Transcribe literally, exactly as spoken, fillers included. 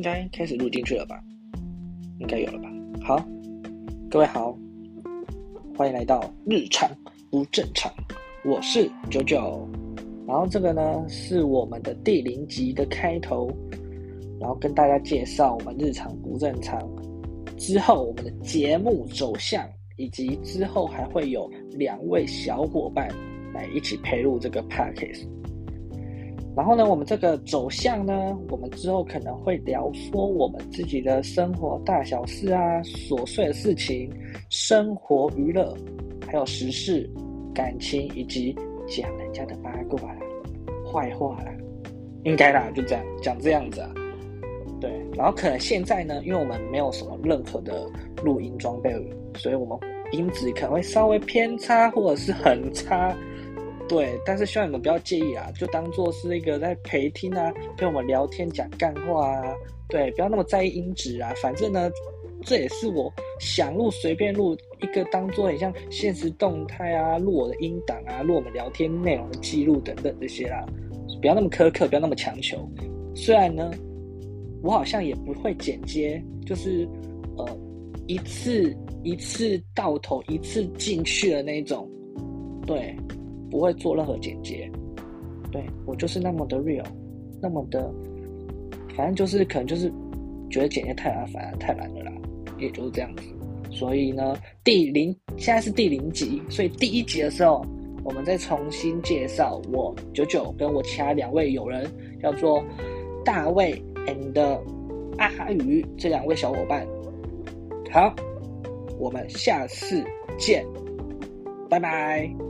该开始录进去了吧？应该有了吧？好，各位好，欢迎来到日常不正常，我是九九。然后这个呢是我们的第零集的开头，然后跟大家介绍我们日常不正常之后我们的节目走向，以及之后还会有两位小伙伴来一起陪录这个 podcast。然后呢，我们这个走向呢，我们之后可能会聊说我们自己的生活大小事啊，琐碎的事情，生活娱乐，还有时事、感情，以及讲人家的八卦啦、坏话啦，应该啦，就这样讲这样子啊。对，然后可能现在呢，因为我们没有什么任何的录音装备，所以我们音质可能会稍微偏差，或者是很差。对，但是希望你们不要介意啊，就当做是一个在陪听啊，陪我们聊天讲干话啊，对，不要那么在意音质啊。反正呢，这也是我想录随便录一个，当做很像现实动态啊，录我的音档啊，录我们聊天内容的记录等等这些啦，不要那么苛刻，不要那么强求。虽然呢，我好像也不会剪接，就是呃一次一次到头，一次进去的那种，对。不会做任何剪接，对，我就是那么的 real， 那么的，反正就是可能就是觉得剪接太麻烦了，太懒了啦，也就是这样子。所以呢，第零现在是第零集，所以第一集的时候，我们再重新介绍我九九跟我其他两位友人，叫做大卫 and 阿宇这两位小伙伴。好，我们下次见，拜拜。